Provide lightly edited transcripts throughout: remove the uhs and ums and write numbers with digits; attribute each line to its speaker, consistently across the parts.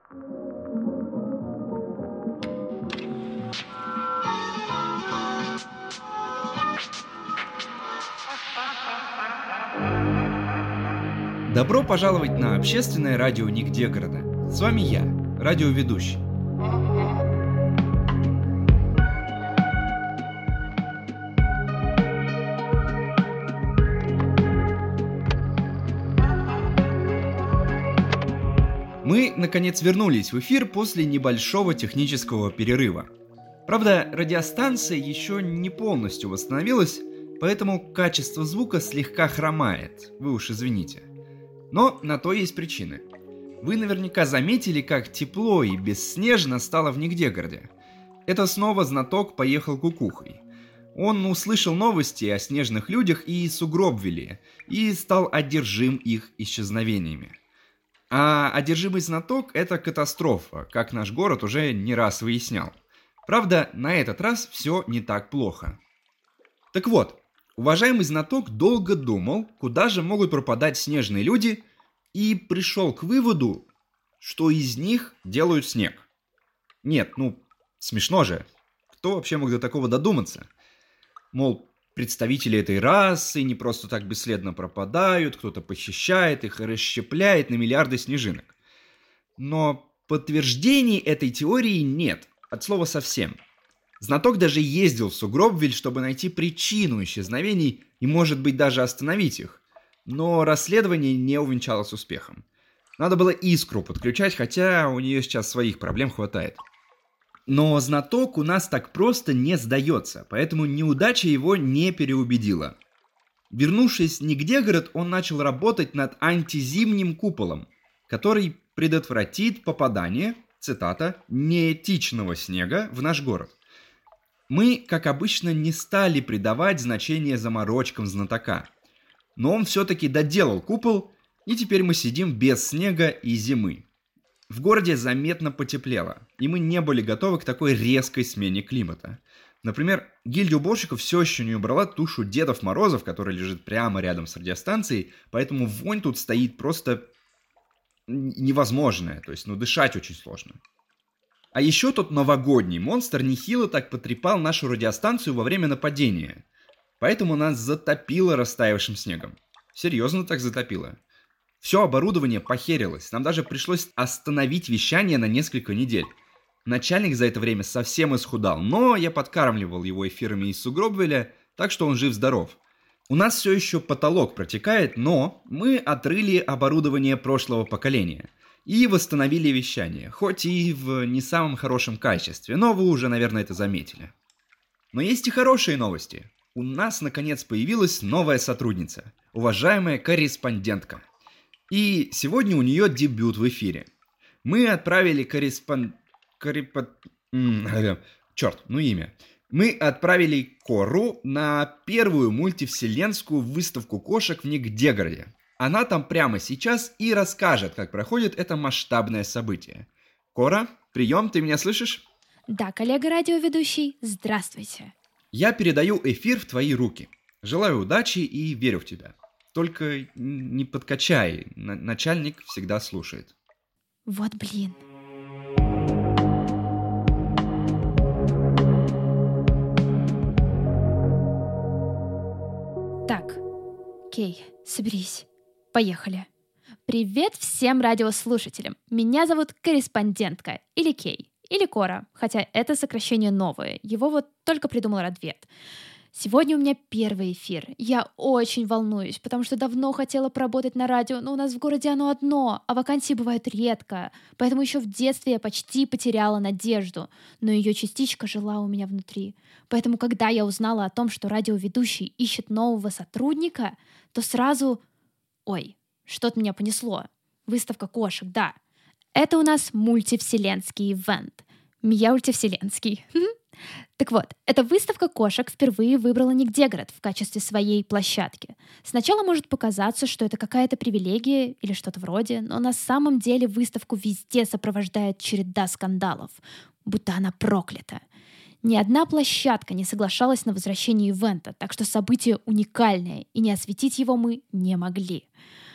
Speaker 1: Добро пожаловать на общественное радио «Нигде города». С вами я, радиоведущий. Мы, наконец, вернулись в эфир после небольшого технического перерыва. Правда, радиостанция еще не полностью восстановилась, поэтому качество звука слегка хромает, вы уж извините. Но на то есть причины. Вы наверняка заметили, как тепло и бесснежно стало в Нигде-городе. Это снова знаток поехал кукухой. Он услышал новости о снежных людях и Сугробвилле и стал одержим их исчезновениями. А одержимый знаток – это катастрофа, как наш город уже не раз выяснял. Правда, на этот раз все не так плохо. Так вот, уважаемый знаток долго думал, куда же могут пропадать снежные люди, и пришел к выводу, что из них делают снег. Нет, смешно же. Кто вообще мог до такого додуматься? Мол, представители этой расы не просто так бесследно пропадают, кто-то похищает их и расщепляет на миллиарды снежинок. Но подтверждений этой теории нет, от слова совсем. Знаток даже ездил в Сугробвиль, чтобы найти причину исчезновений и, может быть, даже остановить их. Но расследование не увенчалось успехом. Надо было Искру подключать, хотя у нее сейчас своих проблем хватает. Но знаток у нас так просто не сдается, поэтому неудача его не переубедила. Вернувшись в Нигде-город, он начал работать над антизимним куполом, который предотвратит попадание, цитата, неэтичного снега в наш город. Мы, как обычно, не стали придавать значение заморочкам знатока. Но он все-таки доделал купол, и теперь мы сидим без снега и зимы. В городе заметно потеплело, и мы не были готовы к такой резкой смене климата. Например, гильдия уборщиков все еще не убрала тушу Дедов Морозов, которая лежит прямо рядом с радиостанцией, поэтому вонь тут стоит просто невозможная, то есть дышать очень сложно. А еще тот новогодний монстр нехило так потрепал нашу радиостанцию во время нападения. Поэтому нас затопило растаявшим снегом. Серьезно так затопило. Все оборудование похерилось. Нам даже пришлось остановить вещание на несколько недель. Начальник за это время совсем исхудал, но я подкармливал его эфирами из Сугробвилля, так что он жив-здоров. У нас все еще потолок протекает, но мы отрыли оборудование прошлого поколения и восстановили вещание, хоть и в не самом хорошем качестве, но вы уже, наверное, это заметили. Но есть и хорошие новости. У нас, наконец, появилась новая сотрудница, уважаемая корреспондентка. И сегодня у нее дебют в эфире. Мы отправили Мы отправили Кору на первую мультивселенскую выставку кошек в Нигде-городе. Она там прямо сейчас и расскажет, как проходит это масштабное событие. Кора, прием, ты меня слышишь?
Speaker 2: Да, коллега-радиоведущий, здравствуйте.
Speaker 1: Я передаю эфир в твои руки. Желаю удачи и верю в тебя. Только не подкачай, начальник всегда слушает.
Speaker 2: Вот блин. Так, Кей, соберись. Поехали. Привет всем радиослушателям. Меня зовут корреспондентка, или Кей, или Кора, хотя это сокращение новое. Его вот только придумал Радвет. Сегодня у меня первый эфир. Я очень волнуюсь, потому что давно хотела поработать на радио, но у нас в городе оно одно, а вакансии бывают редко. Поэтому еще в детстве я почти потеряла надежду, но ее частичка жила у меня внутри. Поэтому, когда я узнала о том, что радиоведущий ищет нового сотрудника, то сразу... Ой, что-то меня понесло. Выставка кошек, да. Это у нас мультивселенский ивент. Мультивселенский. Так вот, эта выставка кошек впервые выбрала Нигде-город в качестве своей площадки. Сначала может показаться, что это какая-то привилегия или что-то вроде, но на самом деле выставку везде сопровождает череда скандалов, будто она проклята. Ни одна площадка не соглашалась на возвращение ивента, так что событие уникальное, и не осветить его мы не могли.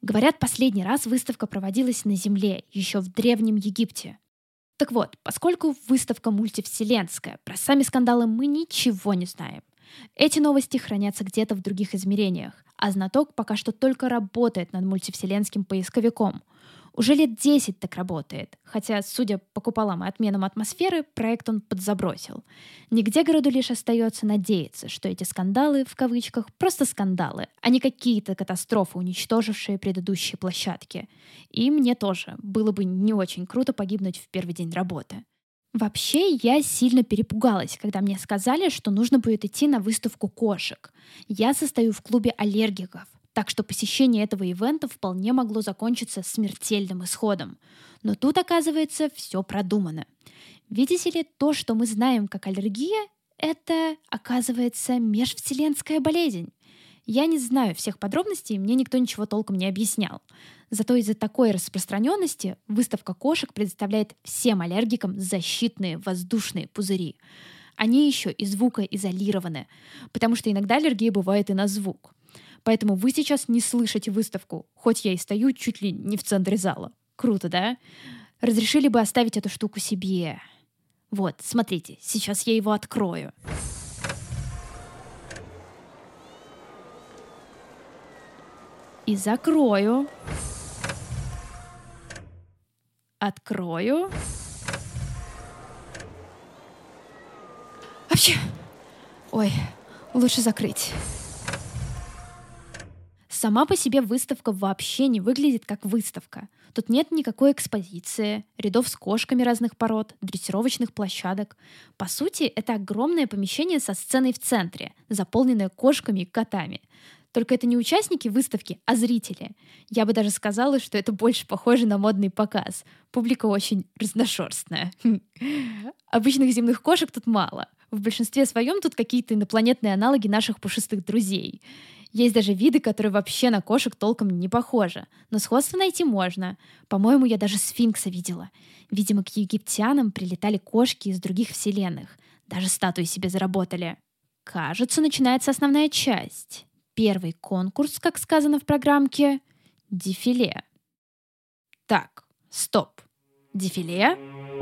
Speaker 2: Говорят, последний раз выставка проводилась на Земле, еще в Древнем Египте. Так вот, поскольку выставка мультивселенская, про сами скандалы мы ничего не знаем. Эти новости хранятся где-то в других измерениях, а знаток пока что только работает над мультивселенским поисковиком. Уже лет 10 так работает, хотя, судя по куполам и отменам атмосферы, проект он подзабросил. Нигде городу лишь остается надеяться, что эти скандалы, в кавычках, просто скандалы, а не какие-то катастрофы, уничтожившие предыдущие площадки. И мне тоже было бы не очень круто погибнуть в первый день работы. Вообще, я сильно перепугалась, когда мне сказали, что нужно будет идти на выставку кошек. Я состою в клубе аллергиков, так что посещение этого ивента вполне могло закончиться смертельным исходом. Но тут, оказывается, все продумано. Видите ли, то, что мы знаем как аллергия, это, оказывается, межвселенская болезнь. Я не знаю всех подробностей, мне никто ничего толком не объяснял. Зато из-за такой распространенности выставка кошек предоставляет всем аллергикам защитные воздушные пузыри. Они еще и звукоизолированы, потому что иногда аллергия бывает и на звук. Поэтому вы сейчас не слышите выставку, хоть я и стою чуть ли не в центре зала. Круто, да? Разрешили бы оставить эту штуку себе. Вот, смотрите, сейчас я его открою. И закрою. Открою. Вообще. Ой, лучше закрыть. Сама по себе выставка вообще не выглядит как выставка. Тут нет никакой экспозиции, рядов с кошками разных пород, дрессировочных площадок. По сути, это огромное помещение со сценой в центре, заполненное кошками и котами. Только это не участники выставки, а зрители. Я бы даже сказала, что это больше похоже на модный показ. Публика очень разношерстная. Обычных земных кошек тут мало. В большинстве своем тут какие-то инопланетные аналоги наших пушистых друзей. Есть даже виды, которые вообще на кошек толком не похожи. Но сходство найти можно. По-моему, я даже сфинкса видела. Видимо, к египтянам прилетали кошки из других вселенных. Даже статуи себе заработали. Кажется, начинается основная часть. Первый конкурс, как сказано в программке, дефиле. Так, стоп. Дефиле?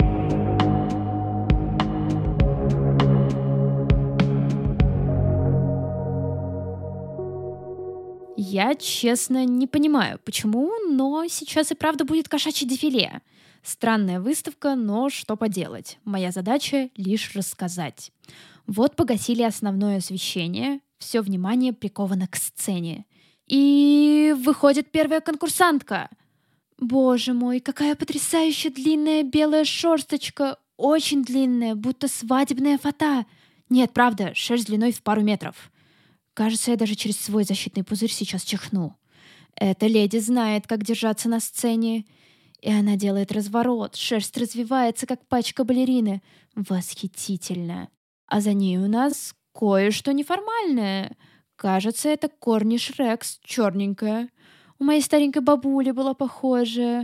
Speaker 2: Я, честно, не понимаю, почему, но сейчас и правда будет кошачье дефиле. Странная выставка, но что поделать. Моя задача — лишь рассказать. Вот погасили основное освещение, все внимание приковано к сцене. И выходит первая конкурсантка. Боже мой, какая потрясающе длинная белая шерсточка. Очень длинная, будто свадебная фата. Нет, правда, шерсть длиной в пару метров. Кажется, я даже через свой защитный пузырь сейчас чихну. Эта леди знает, как держаться на сцене. И она делает разворот. Шерсть развивается, как пачка балерины. Восхитительно. А за ней у нас кое-что неформальное. Кажется, это Корниш Рекс, черненькая. У моей старенькой бабули было похожее.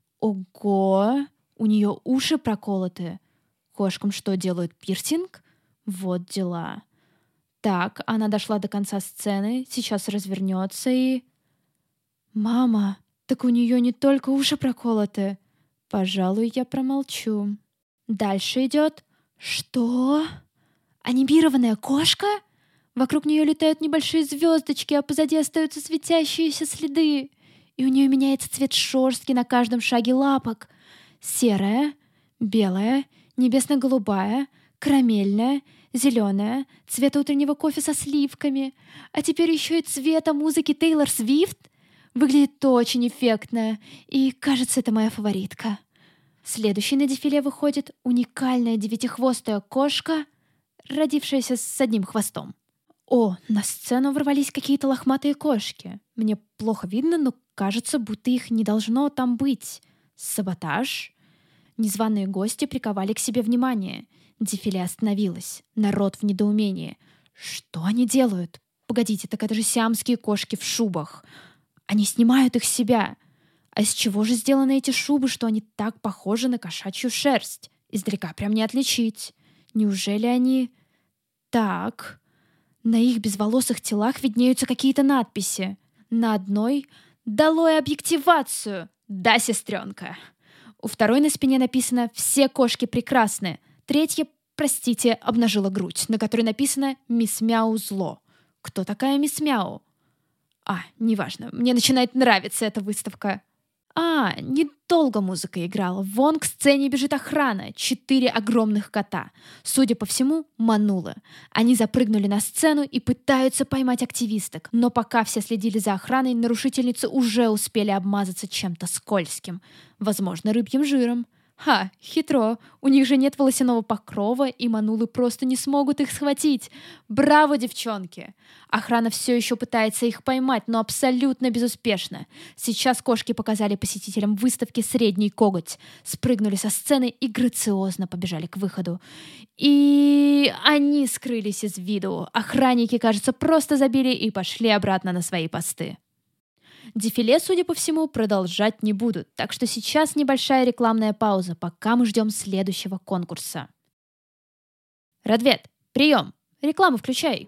Speaker 2: Ого! У нее уши проколоты. Кошкам что, делают пирсинг? Вот дела. Так, она дошла до конца сцены, сейчас развернется и... Мама, так у нее не только уши проколоты. Пожалуй, я промолчу. Дальше идет... Что? Анимированная кошка? Вокруг нее летают небольшие звездочки, а позади остаются светящиеся следы. И у нее меняется цвет шерстки на каждом шаге лапок. Серая, белая, небесно-голубая, карамельная, зеленая, цвета утреннего кофе со сливками. А теперь еще и цвета музыки Тейлор Свифт. Выглядит очень эффектно. И, кажется, это моя фаворитка. Следующей на дефиле выходит уникальная девятихвостая кошка, родившаяся с одним хвостом. О, на сцену ворвались какие-то лохматые кошки. Мне плохо видно, но кажется, будто их не должно там быть. Саботаж. Незваные гости приковали к себе внимание. Дефиле остановилось. Народ в недоумении. Что они делают? Погодите, так это же сиамские кошки в шубах. Они снимают их с себя. А из чего же сделаны эти шубы, что они так похожи на кошачью шерсть? Издалека прям не отличить. Неужели они... Так... На их безволосых телах виднеются какие-то надписи. На одной «Долой объективацию!» «Да, сестренка!» У второй на спине написано «Все кошки прекрасны». Третья, простите, обнажила грудь, на которой написано «Мисс Мяу зло». Кто такая Мисс Мяу? Неважно, мне начинает нравиться эта выставка. Недолго музыка играла. Вон к сцене бежит охрана. 4 огромных кота. Судя по всему, манулы. Они запрыгнули на сцену и пытаются поймать активисток. Но пока все следили за охраной, нарушительницы уже успели обмазаться чем-то скользким. Возможно, рыбьим жиром. Хитро. У них же нет волосяного покрова, и манулы просто не смогут их схватить. Браво, девчонки! Охрана все еще пытается их поймать, но абсолютно безуспешно. Сейчас кошки показали посетителям выставки средний коготь, спрыгнули со сцены и грациозно побежали к выходу. И они скрылись из виду. Охранники, кажется, просто забили и пошли обратно на свои посты. Дефиле, судя по всему, продолжать не будут, так что сейчас небольшая рекламная пауза, пока мы ждем следующего конкурса. Радвет, прием! Рекламу включай!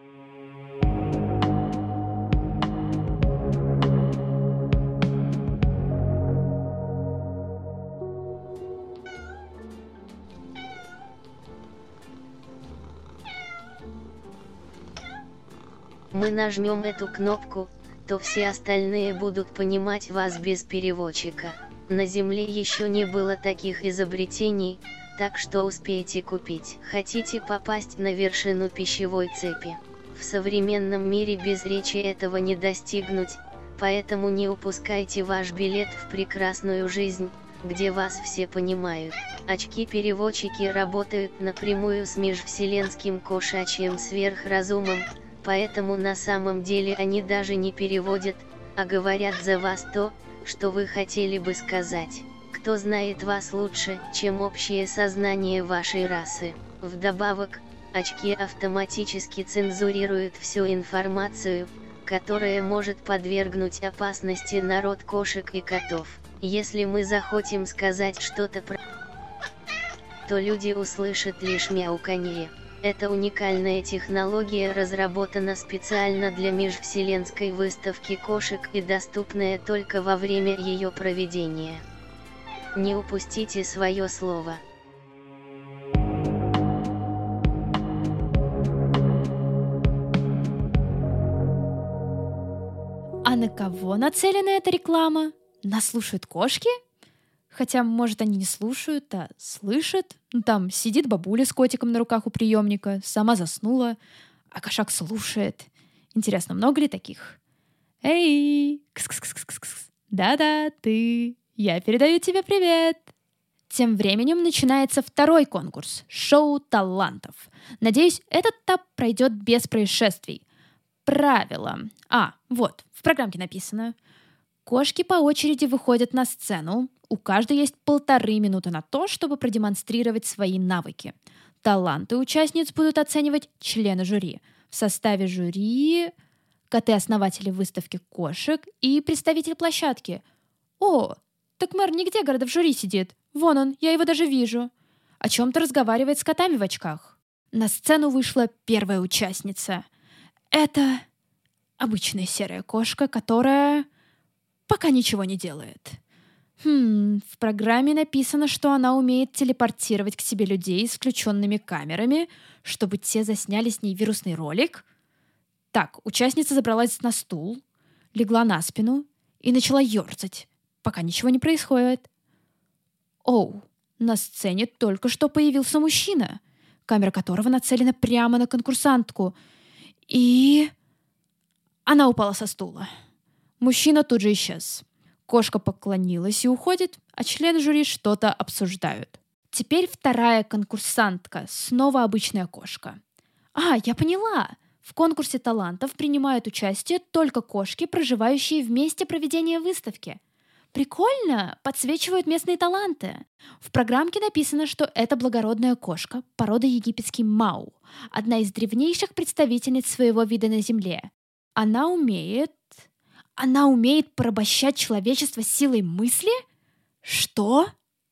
Speaker 3: Мы нажмем эту кнопку, то все остальные будут понимать вас без переводчика. На Земле еще не было таких изобретений, так что успейте купить. Хотите попасть на вершину пищевой цепи? В современном мире без речи этого не достигнуть, поэтому не упускайте ваш билет в прекрасную жизнь, где вас все понимают. Очки-переводчики работают напрямую с межвселенским кошачьим сверхразумом, поэтому на самом деле они даже не переводят, а говорят за вас то, что вы хотели бы сказать. Кто знает вас лучше, чем общее сознание вашей расы? Вдобавок, очки автоматически цензурируют всю информацию, которая может подвергнуть опасности народ кошек и котов. Если мы захотим сказать что-то про, то люди услышат лишь мяуканье. Эта уникальная технология разработана специально для межвселенской выставки кошек и доступная только во время ее проведения. Не упустите свое слово.
Speaker 2: А на кого нацелена эта реклама? Нас слушают кошки? Хотя, может, они не слушают, а слышат. Там сидит бабуля с котиком на руках у приемника, сама заснула, а кошак слушает. Интересно, много ли таких? Эй! Кс-кс-кс-кс-кс. Да-да, ты. Я передаю тебе привет. Тем временем начинается второй конкурс — шоу талантов. Надеюсь, этот этап пройдет без происшествий. Правила. Вот, в программке написано. Кошки по очереди выходят на сцену. У каждой есть 1,5 минуты на то, чтобы продемонстрировать свои навыки. Таланты участниц будут оценивать члены жюри. В составе жюри коты-основатели выставки кошек и представитель площадки. Так мэр нигде города в жюри сидит. Вон он, я его даже вижу. О чем-то разговаривает с котами в очках. На сцену вышла первая участница. Это обычная серая кошка, которая пока ничего не делает. В программе написано, что она умеет телепортировать к себе людей с включенными камерами, чтобы те засняли с ней вирусный ролик. Так, участница забралась на стул, легла на спину и начала ерзать, пока ничего не происходит. На сцене только что появился мужчина, камера которого нацелена прямо на конкурсантку. И она упала со стула. Мужчина тут же исчез. Кошка поклонилась и уходит, а члены жюри что-то обсуждают. Теперь вторая конкурсантка, снова обычная кошка. Я поняла! В конкурсе талантов принимают участие только кошки, проживающие в месте проведения выставки. Прикольно! Подсвечивают местные таланты. В программке написано, что это благородная кошка породы египетский Мау, одна из древнейших представительниц своего вида на Земле. Она умеет порабощать человечество силой мысли? Что?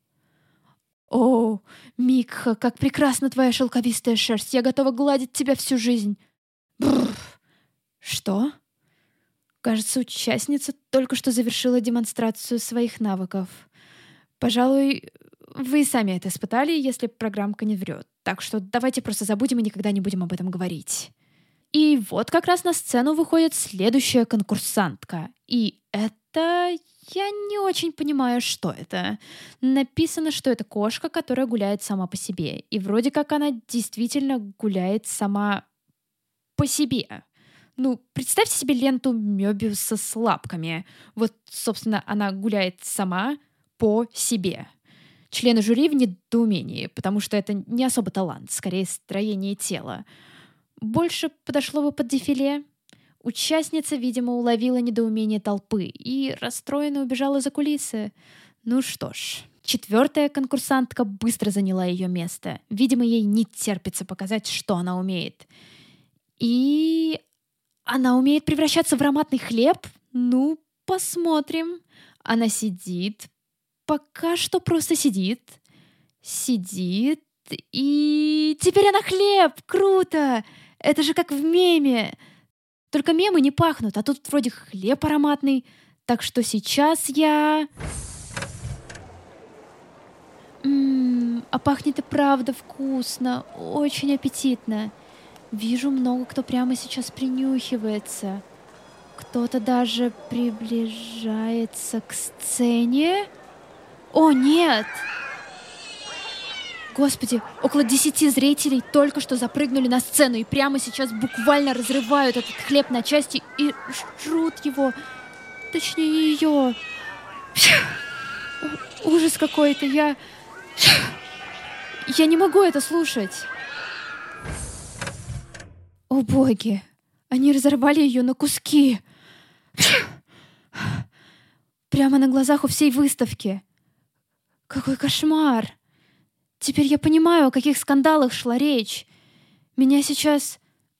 Speaker 2: Микха, как прекрасна твоя шелковистая шерсть. Я готова гладить тебя всю жизнь. Бррр. Что? Кажется, участница только что завершила демонстрацию своих навыков. Пожалуй, вы и сами это испытали, если программка не врет. Так что давайте просто забудем и никогда не будем об этом говорить. И вот как раз на сцену выходит следующая конкурсантка. И это... Я не очень понимаю, что это. Написано, что это кошка, которая гуляет сама по себе. И вроде как она действительно гуляет сама по себе. Ну, представьте себе ленту Мёбиуса с лапками. Вот, собственно, она гуляет сама по себе. Члены жюри в недоумении, потому что это не особо талант, скорее строение тела. Больше подошло бы под дефиле. Участница, видимо, уловила недоумение толпы и расстроенно убежала за кулисы. Ну что ж, 4-я конкурсантка быстро заняла ее место. Видимо, ей не терпится показать, что она умеет. И она умеет превращаться в ароматный хлеб? Ну, посмотрим. Она сидит, пока что просто сидит. Сидит, и теперь она хлеб! Круто! Это же как в меме. Только мемы не пахнут, а тут вроде хлеб ароматный. Так что сейчас я... А пахнет и правда вкусно, очень аппетитно. Вижу, много кто прямо сейчас принюхивается. Кто-то даже приближается к сцене. О, нет! Господи, около 10 зрителей только что запрыгнули на сцену и прямо сейчас буквально разрывают этот хлеб на части и жрут его. Точнее, ее. Ужас какой-то, я не могу это слушать. О боги, они разорвали ее на куски. Прямо на глазах у всей выставки. Какой кошмар. Теперь я понимаю, о каких скандалах шла речь. Меня сейчас...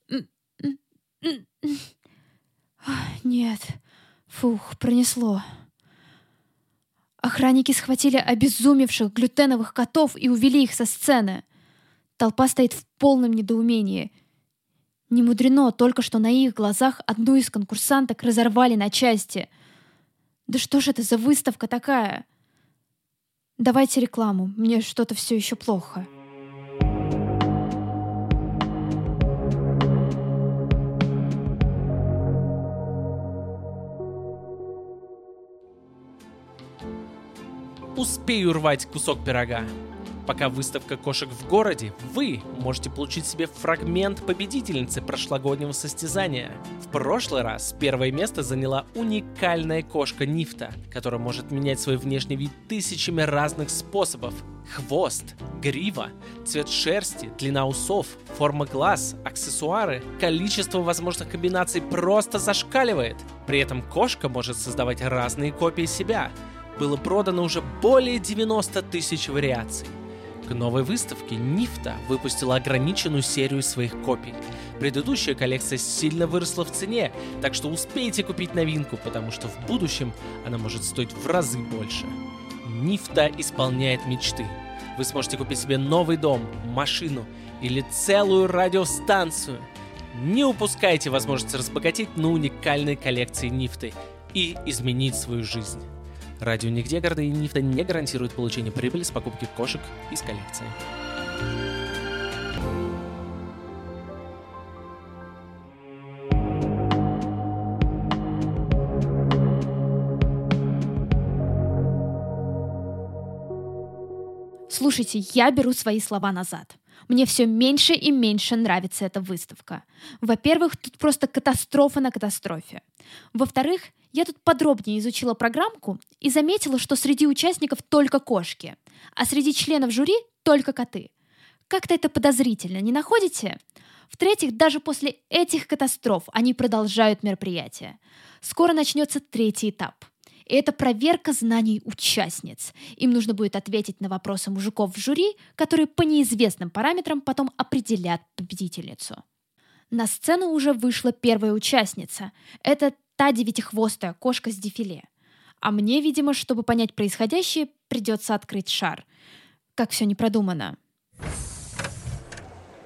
Speaker 2: Нет. Фух, пронесло. Охранники схватили обезумевших глютеновых котов и увели их со сцены. Толпа стоит в полном недоумении. Не мудрено, только что на их глазах одну из конкурсанток разорвали на части. Да что ж это за выставка такая? Давайте рекламу, мне что-то все еще плохо.
Speaker 4: Успею рвать кусок пирога. Пока выставка кошек в городе, вы можете получить себе фрагмент победительницы прошлогоднего состязания. В прошлый раз первое место заняла уникальная кошка Нифта, которая может менять свой внешний вид тысячами разных способов. Хвост, грива, цвет шерсти, длина усов, форма глаз, аксессуары. Количество возможных комбинаций просто зашкаливает. При этом кошка может создавать разные копии себя. Было продано уже более 90 тысяч вариаций. К новой выставке Нифта выпустила ограниченную серию своих копий. Предыдущая коллекция сильно выросла в цене, так что успейте купить новинку, потому что в будущем она может стоить в разы больше. Нифта исполняет мечты. Вы сможете купить себе новый дом, машину или целую радиостанцию. Не упускайте возможность разбогатеть на уникальной коллекции Нифты и изменить свою жизнь. Радио «Нигде города» и Нифта не гарантируют получение прибыли с покупки кошек из коллекции.
Speaker 2: Слушайте, я беру свои слова назад. Мне все меньше и меньше нравится эта выставка. Во-первых, тут просто катастрофа на катастрофе. Во-вторых, я тут подробнее изучила программку и заметила, что среди участников только кошки, а среди членов жюри только коты. Как-то это подозрительно, не находите? В-третьих, даже после этих катастроф они продолжают мероприятие. Скоро начнется 3-й этап. И это проверка знаний участниц. Им нужно будет ответить на вопросы мужиков в жюри, которые по неизвестным параметрам потом определят победительницу. На сцену уже вышла первая участница. Это та 9-хвостая кошка с дефиле. А мне, видимо, чтобы понять происходящее, придется открыть шар. Как все не продумано.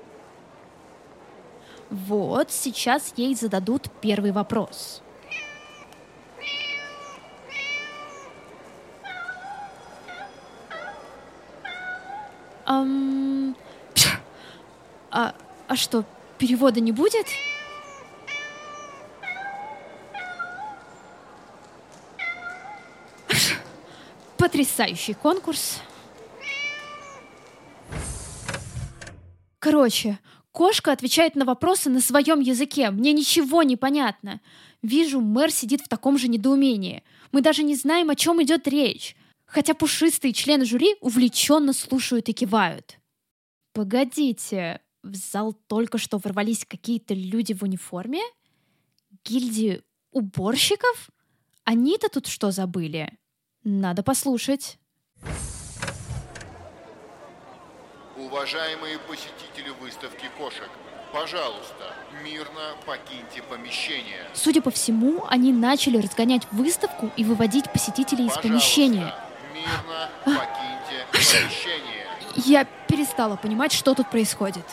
Speaker 2: Вот, сейчас ей зададут первый вопрос. Ам... А что, перевода не будет? Потрясающий конкурс. Короче, кошка отвечает на вопросы на своем языке. Мне ничего не понятно. Вижу, мэр сидит в таком же недоумении. Мы даже не знаем, о чем идет речь. Хотя пушистые члены жюри увлеченно слушают и кивают. Погодите, в зал только что ворвались какие-то люди в униформе? Гильдии уборщиков? Они-то тут что забыли? Надо послушать.
Speaker 5: Уважаемые посетители выставки кошек, пожалуйста, мирно покиньте помещение.
Speaker 2: Судя по всему, они начали разгонять выставку и выводить посетителей из помещения.
Speaker 5: Мирно покиньте помещение.
Speaker 2: Я перестала понимать, что тут происходит.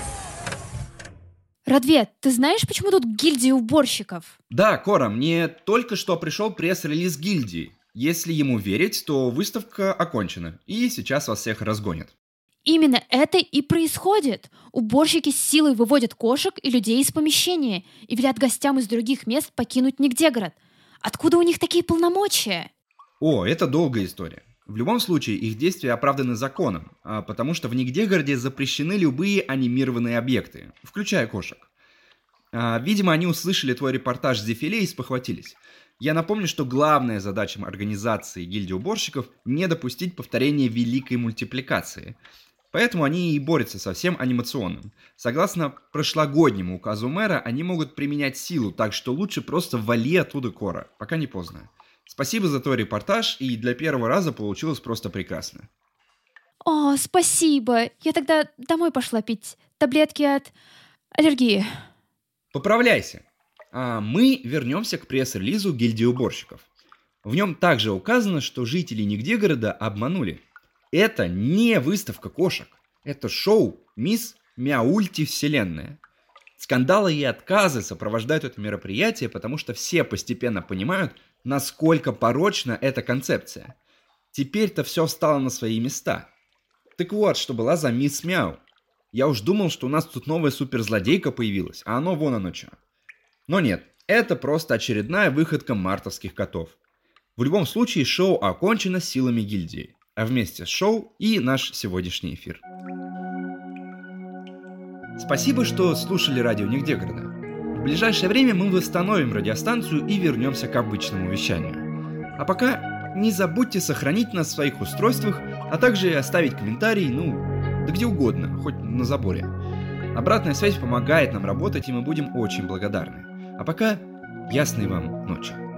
Speaker 2: Радвет, ты знаешь, почему тут гильдия уборщиков?
Speaker 1: Да, Кора, мне только что пришел пресс-релиз гильдии. Если ему верить, то выставка окончена, и сейчас вас всех разгонят.
Speaker 2: Именно это и происходит. Уборщики с силой выводят кошек и людей из помещения и велят гостям из других мест покинуть Нигдегород. Откуда у них такие полномочия?
Speaker 1: О, это долгая история. В любом случае, их действия оправданы законом, потому что в Нигдегороде запрещены любые анимированные объекты, включая кошек. Видимо, они услышали твой репортаж с дефиле и спохватились. Я напомню, что главная задача организации гильдии уборщиков – не допустить повторения великой мультипликации. Поэтому они и борются со всем анимационным. Согласно прошлогоднему указу мэра, они могут применять силу, так что лучше просто вали оттуда, Кора, пока не поздно. Спасибо за твой репортаж, и для первого раза получилось просто прекрасно.
Speaker 2: О, спасибо. Я тогда домой пошла пить таблетки от аллергии.
Speaker 1: Поправляйся. А мы вернемся к пресс-релизу гильдии уборщиков. В нем также указано, что жители Нигдегорода обманули. Это не выставка кошек. Это шоу «Мисс Мяульти-Вселенная». Скандалы и отказы сопровождают это мероприятие, потому что все постепенно понимают, насколько порочна эта концепция. Теперь-то все встало на свои места. Так вот, что была за мисс Мяу. Я уж думал, что у нас тут новая суперзлодейка появилась, а оно вон оно чё. Но нет, это просто очередная выходка мартовских котов. В любом случае, шоу окончено силами гильдии, а вместе с шоу и наш сегодняшний эфир. Спасибо, что слушали радио Нигдегорода. В ближайшее время мы восстановим радиостанцию и вернемся к обычному вещанию. А пока не забудьте сохранить нас в своих устройствах, а также оставить комментарий, да где угодно, хоть на заборе. Обратная связь помогает нам работать, и мы будем очень благодарны. А пока ясной вам ночи.